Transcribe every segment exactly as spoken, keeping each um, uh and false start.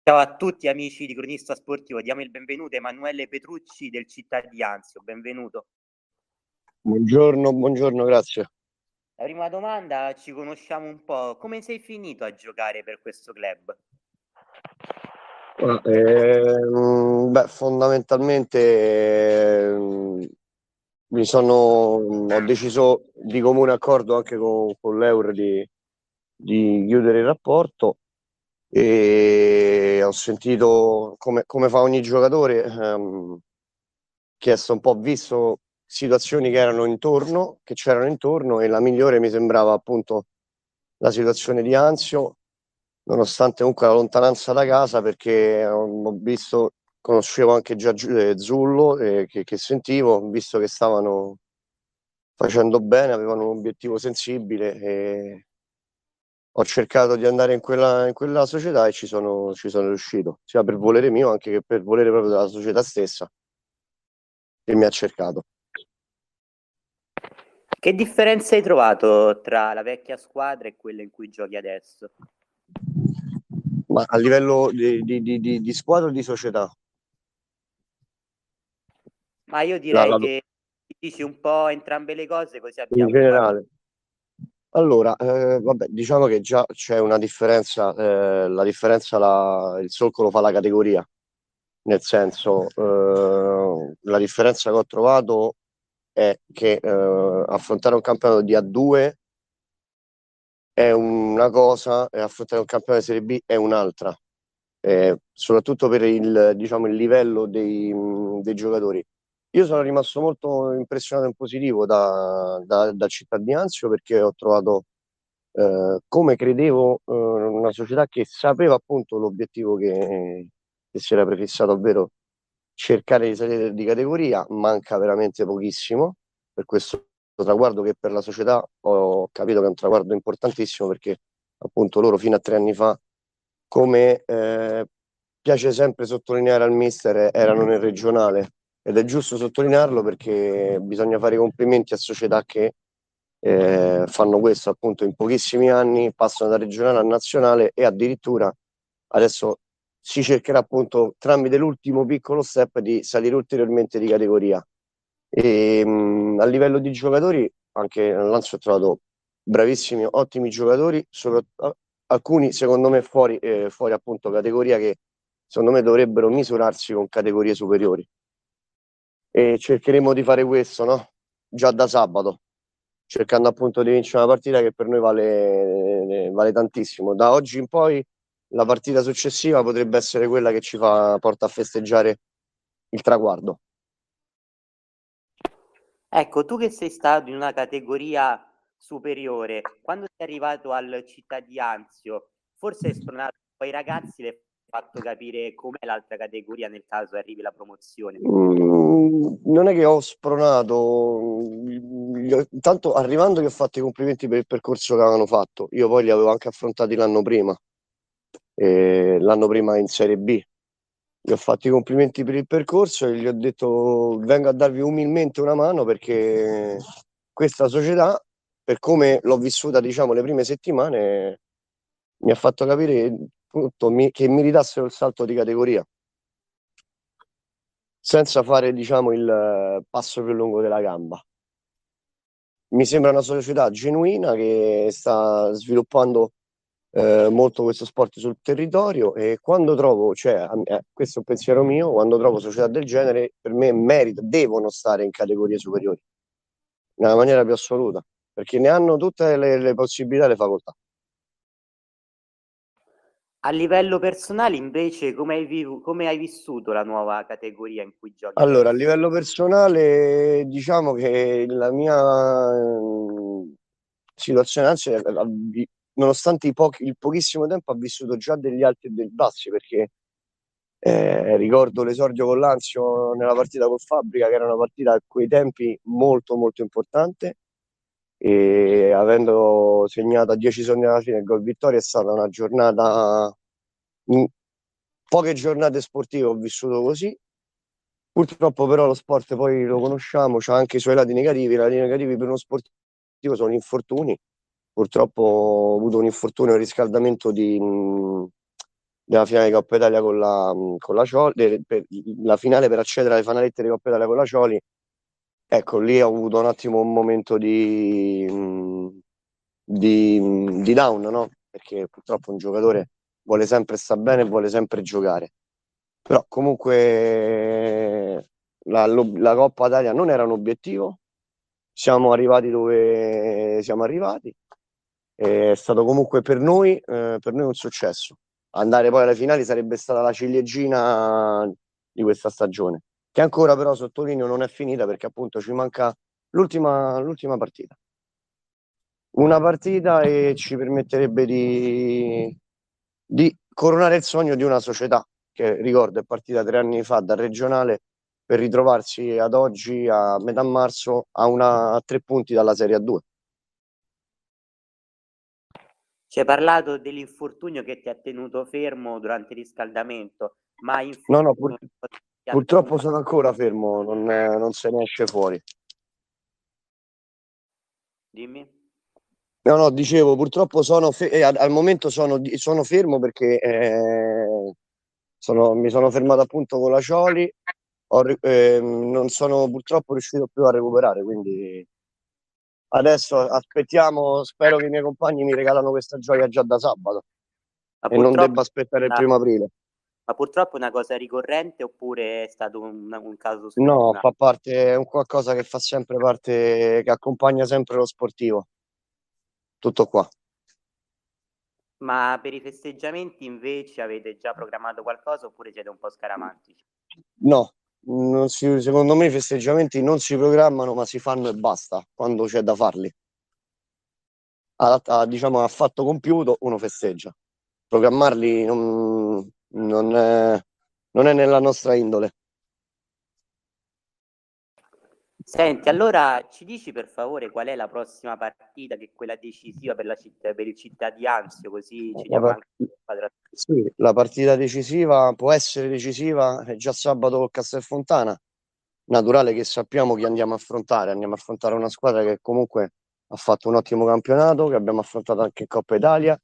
Ciao a tutti amici di Cronista Sportivo, diamo il benvenuto a Emanuele Petrucci del Città di Anzio, benvenuto. Buongiorno, buongiorno, grazie. La prima domanda, ci conosciamo un po', come sei finito a giocare per questo club? Ah, ehm, beh, fondamentalmente ehm, mi sono, ho deciso di comune accordo anche con, con l'Eur di, di chiudere il rapporto e ho sentito come, come fa ogni giocatore, ehm, chiesto un po', visto situazioni che erano intorno, che c'erano intorno, e la migliore mi sembrava appunto la situazione di Anzio, nonostante comunque la lontananza da casa, perché ho visto, conoscevo anche già Giu- eh, Zullo, eh, che, che sentivo, visto che stavano facendo bene, avevano un obiettivo sensibile, e ho cercato di andare in quella, in quella società e ci sono, ci sono riuscito, sia per volere mio, anche che per volere proprio della società stessa che mi ha cercato. Che differenza hai trovato tra la vecchia squadra e quella in cui giochi adesso? Ma a livello di, di- di- di- di squadra o di società? Ma io La- direi la- che dici un po' entrambe le cose, così in abbiamo una... generale. Allora, eh, vabbè, diciamo che già c'è una differenza, eh, la differenza la- il solco lo fa la categoria, nel senso, eh, la differenza che ho trovato è che eh, affrontare un campionato di A due è una cosa e affrontare un campionato di Serie B è un'altra, eh, soprattutto per il, diciamo, il livello dei, mh, dei giocatori. Io sono rimasto molto impressionato in positivo da, da, da Città di Anzio, perché ho trovato, eh, come credevo, eh, una società che sapeva appunto l'obiettivo che, che si era prefissato, ovvero cercare di salire di categoria. Manca veramente pochissimo per questo traguardo, che per la società ho capito che è un traguardo importantissimo, perché appunto loro fino a tre anni fa, come eh, piace sempre sottolineare al mister, erano nel regionale, ed è giusto sottolinearlo perché bisogna fare i complimenti a società che eh, fanno questo, appunto in pochissimi anni passano da regionale a nazionale, e addirittura adesso si cercherà appunto tramite l'ultimo piccolo step di salire ulteriormente di categoria. E, mh, a livello di giocatori, anche nell'Anzio ho trovato bravissimi, ottimi giocatori, soprattutto alcuni secondo me fuori, eh, fuori appunto categoria, che secondo me dovrebbero misurarsi con categorie superiori. E cercheremo di fare questo, no? Già da sabato, cercando appunto di vincere una partita che per noi vale, eh, vale tantissimo. Da oggi in poi la partita successiva potrebbe essere quella che ci fa, porta a festeggiare il traguardo. Ecco, tu che sei stato in una categoria superiore, quando sei arrivato al Città di Anzio, forse hai spronato un po' i ragazzi, le hai fatto capire com'è l'altra categoria nel caso arrivi la promozione. Mm, non è che ho spronato, gli ho- intanto arrivando gli ho fatto i complimenti per il percorso che avevano fatto. Io poi li avevo anche affrontati l'anno prima, eh, l'anno prima in Serie B. Gli ho fatto i complimenti per il percorso e gli ho detto vengo a darvi umilmente una mano, perché questa società, per come l'ho vissuta, diciamo, le prime settimane, mi ha fatto capire appunto, mi- che meritassero il salto di categoria, senza fare, diciamo, il eh, passo più lungo della gamba. Mi sembra una società genuina che sta sviluppando eh, molto questo sport sul territorio, e quando trovo, cioè, eh, questo è un pensiero mio, quando trovo società del genere, per me merita, devono stare in categorie superiori, nella maniera più assoluta, perché ne hanno tutte le, le possibilità e le facoltà. A livello personale, invece, come hai, vivu- come hai vissuto la nuova categoria in cui giochi Allora, a adesso? livello personale, diciamo che la mia eh, situazione, anzi, eh, nonostante i pochi- il pochissimo tempo, ha vissuto già degli alti e dei bassi, perché Eh, ricordo l'esordio con l'Anzio nella partita con Fabbrica, che era una partita a quei tempi molto molto importante, e avendo segnato a dieci secondi alla fine il gol vittoria, è stata una giornata, in poche giornate sportive ho vissuto così. Purtroppo però lo sport, poi lo conosciamo, c'ha anche i suoi lati negativi. I lati negativi per uno sportivo sono gli infortuni. Purtroppo ho avuto un infortunio, un riscaldamento di, della finale di Coppa Italia con la, con la Cioli, de- per- la finale per accedere alle finalette di Coppa Italia con la Cioli. Ecco, lì ho avuto un attimo un momento di, mh, di, mh, di down, no? Perché purtroppo un giocatore vuole sempre stare bene e vuole sempre giocare. Però comunque la, lo- la Coppa Italia non era un obiettivo, siamo arrivati dove siamo arrivati. È stato comunque per noi, eh, per noi un successo. Andare poi alle finali sarebbe stata la ciliegina di questa stagione, che ancora però sottolineo non è finita perché appunto ci manca l'ultima l'ultima partita. Una partita e ci permetterebbe di, di coronare il sogno di una società che, ricordo, è partita tre anni fa dal regionale per ritrovarsi ad oggi, a metà marzo, a, una, a tre punti dalla Serie A due. Ci hai parlato dell'infortunio che ti ha tenuto fermo durante il riscaldamento, ma No, no, pur- infortunio ti ha purtroppo tenuto... sono ancora fermo, non, non se ne esce fuori. Dimmi. No, no, dicevo, purtroppo sono fe- eh, al, al momento sono, di- sono fermo perché eh, sono- mi sono fermato appunto con la Cioli, ho ri- ehm, non sono purtroppo riuscito più a recuperare, quindi adesso aspettiamo, spero che i miei compagni mi regalano questa gioia già da sabato Ma e non purtroppo, debba aspettare il primo aprile. ma purtroppo è una cosa ricorrente oppure è stato un, un caso No, sfortunato? fa parte, è un qualcosa che fa sempre parte, che accompagna sempre lo sportivo. Tutto qua. Ma per i festeggiamenti invece avete già programmato qualcosa oppure siete un po' scaramantici? No, non si- secondo me i festeggiamenti non si programmano, ma si fanno e basta quando c'è da farli. A, a- diciamo a fatto compiuto uno festeggia. Programmarli non, non è, non è nella nostra indole. Senti, allora ci dici per favore qual è la prossima partita, che è quella decisiva per, la città, per il Città di Anzio, così ci La, diamo par- anche una squadra. sì, la partita decisiva può essere decisiva, è già sabato col Castelfontana. Naturale che sappiamo chi andiamo a affrontare. Andiamo a affrontare una squadra che comunque ha fatto un ottimo campionato, che abbiamo affrontato anche in Coppa Italia,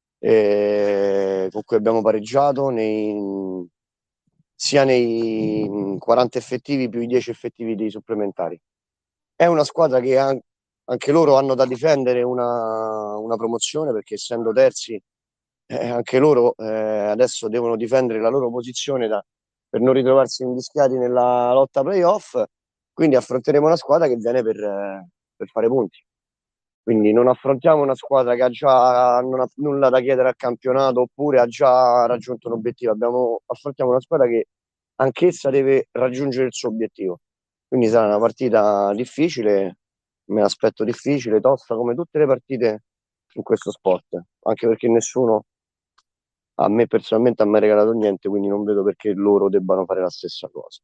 e con cui abbiamo pareggiato nei, sia nei quaranta effettivi più i dieci effettivi dei supplementari. È una squadra che ha, anche loro hanno da difendere una, una promozione perché essendo terzi eh, anche loro eh, adesso devono difendere la loro posizione da, per non ritrovarsi invischiati nella lotta playoff. Quindi affronteremo una squadra che viene per, eh, per fare punti. Quindi non affrontiamo una squadra che ha già non ha nulla da chiedere al campionato oppure ha già raggiunto un obiettivo. Abbiamo, affrontiamo una squadra che anch'essa deve raggiungere il suo obiettivo. Quindi sarà una partita difficile, me l'aspetto difficile, tosta come tutte le partite in questo sport, anche perché nessuno a me personalmente ha mai regalato niente, quindi non vedo perché loro debbano fare la stessa cosa.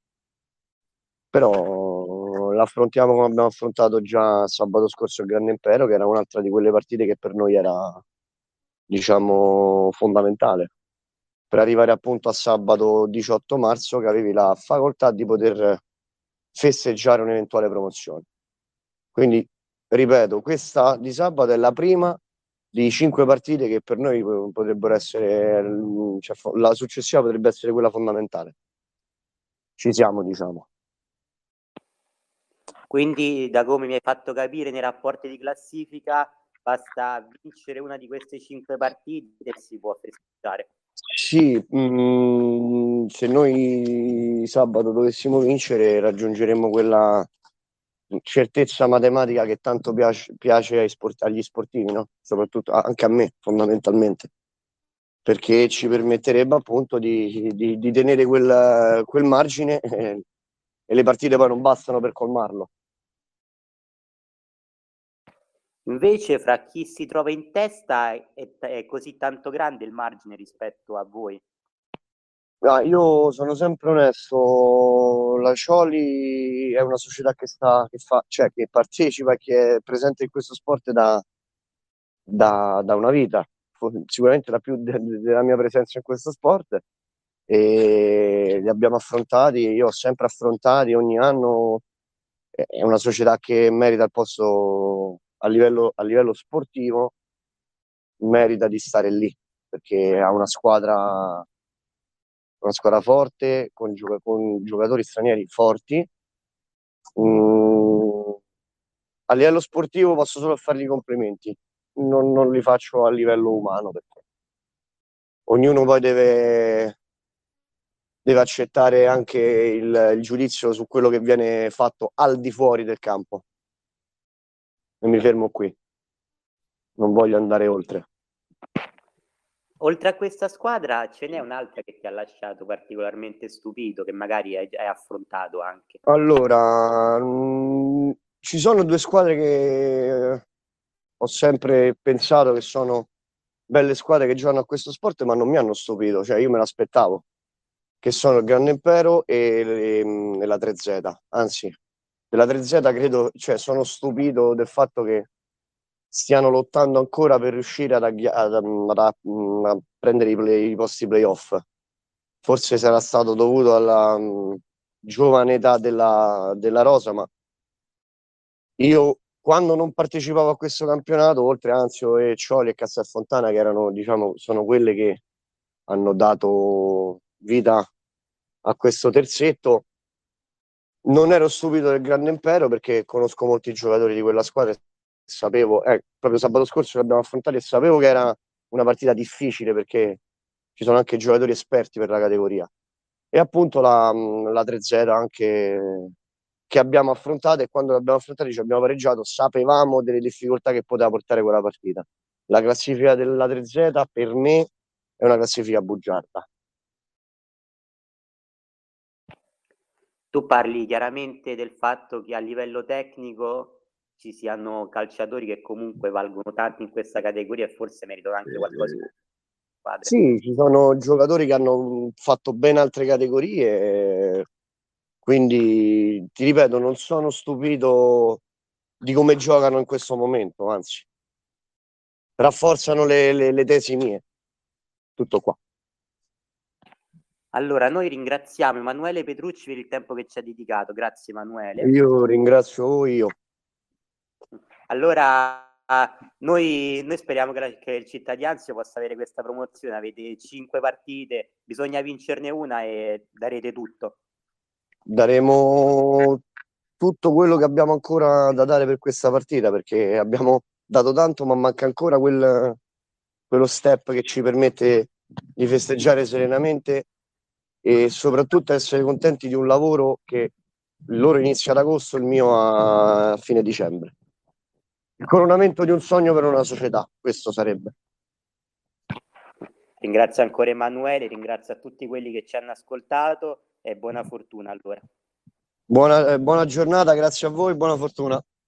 Però l'affrontiamo come abbiamo affrontato già sabato scorso il Grande Impero, che era un'altra di quelle partite che per noi era, diciamo, fondamentale. Per arrivare appunto a sabato diciotto marzo, che avevi la facoltà di poter festeggiare un'eventuale promozione. Quindi, ripeto, questa di sabato è la prima di cinque partite che per noi potrebbero essere, cioè, la successiva potrebbe essere quella fondamentale. Ci siamo, diciamo. Quindi, da come mi hai fatto capire nei rapporti di classifica, basta vincere una di queste cinque partite e si può festeggiare. Sì, mh, se noi sabato dovessimo vincere, raggiungeremo quella certezza matematica che tanto piace, piace ai sport- agli sportivi, no? Soprattutto anche a me, fondamentalmente, perché ci permetterebbe appunto di, di- di tenere quel, quel margine eh, e le partite poi non bastano per colmarlo. Invece, fra chi si trova in testa è, è così tanto grande il margine rispetto a voi. Ah, io sono sempre onesto, la Cioli è una società che sta, che fa, cioè che partecipa e che è presente in questo sport da, da, da una vita, sicuramente da più de- de- della mia presenza in questo sport, e li abbiamo affrontati, io ho sempre affrontati ogni anno, è una società che merita il posto a livello, a livello sportivo, merita di stare lì, perché ha una squadra una squadra forte, con, gioca- con giocatori stranieri forti. Mm, a livello sportivo posso solo fargli complimenti, non, non li faccio a livello umano, perché ognuno poi deve, deve accettare anche il, il giudizio su quello che viene fatto al di fuori del campo. E mi fermo qui, non voglio andare oltre. Oltre a questa squadra, ce n'è un'altra che ti ha lasciato particolarmente stupito, che magari hai, hai affrontato anche? Allora, mh, ci sono due squadre che eh, ho sempre pensato che sono belle squadre che giocano a questo sport, ma non mi hanno stupito, cioè io me l'aspettavo, che sono il Grande Impero e, le- e la tre Z. Anzi, della tre Z credo, cioè sono stupito del fatto che stiano lottando ancora per riuscire ad, agghi- ad- ad- a, a prendere i, play- i posti playoff. Forse sarà stato dovuto alla mh, giovane età della, della rosa, ma io quando non partecipavo a questo campionato, oltre a Anzio e Cioli e Castelfontana, che erano, diciamo, sono quelle che hanno dato vita a questo terzetto, non ero stupito del Grande Impero perché conosco molti giocatori di quella squadra e sapevo, eh, proprio sabato scorso che abbiamo affrontato e sapevo che era una partita difficile perché ci sono anche giocatori esperti per la categoria. E appunto la, la tre Z anche che abbiamo affrontato, e quando l'abbiamo affrontata ci abbiamo pareggiato, sapevamo delle difficoltà che poteva portare quella partita. La classifica della tre Z per me è una classifica bugiarda. Tu parli chiaramente del fatto che a livello tecnico ci siano calciatori che comunque valgono tanto in questa categoria e forse meritano anche qualcosa in squadre. Sì, ci sono giocatori che hanno fatto ben altre categorie, quindi ti ripeto, non sono stupito di come giocano in questo momento, anzi, rafforzano le, le- le tesi mie. Tutto qua. Allora, noi ringraziamo Emanuele Petrucci per il tempo che ci ha dedicato. Grazie Emanuele. Io ringrazio voi, io. Allora, noi, noi speriamo che, la, che il Cittadinanzio possa avere questa promozione. Avete cinque partite, bisogna vincerne una e darete tutto. Daremo tutto quello che abbiamo ancora da dare per questa partita, perché abbiamo dato tanto, ma manca ancora quel, quello step che ci permette di festeggiare serenamente e soprattutto essere contenti di un lavoro che il loro inizia ad agosto, il mio a fine dicembre. Il coronamento di un sogno per una società, questo sarebbe. Ringrazio ancora Emanuele, ringrazio a tutti quelli che ci hanno ascoltato e buona fortuna allora. Buona, eh, buona giornata, grazie a voi, buona fortuna.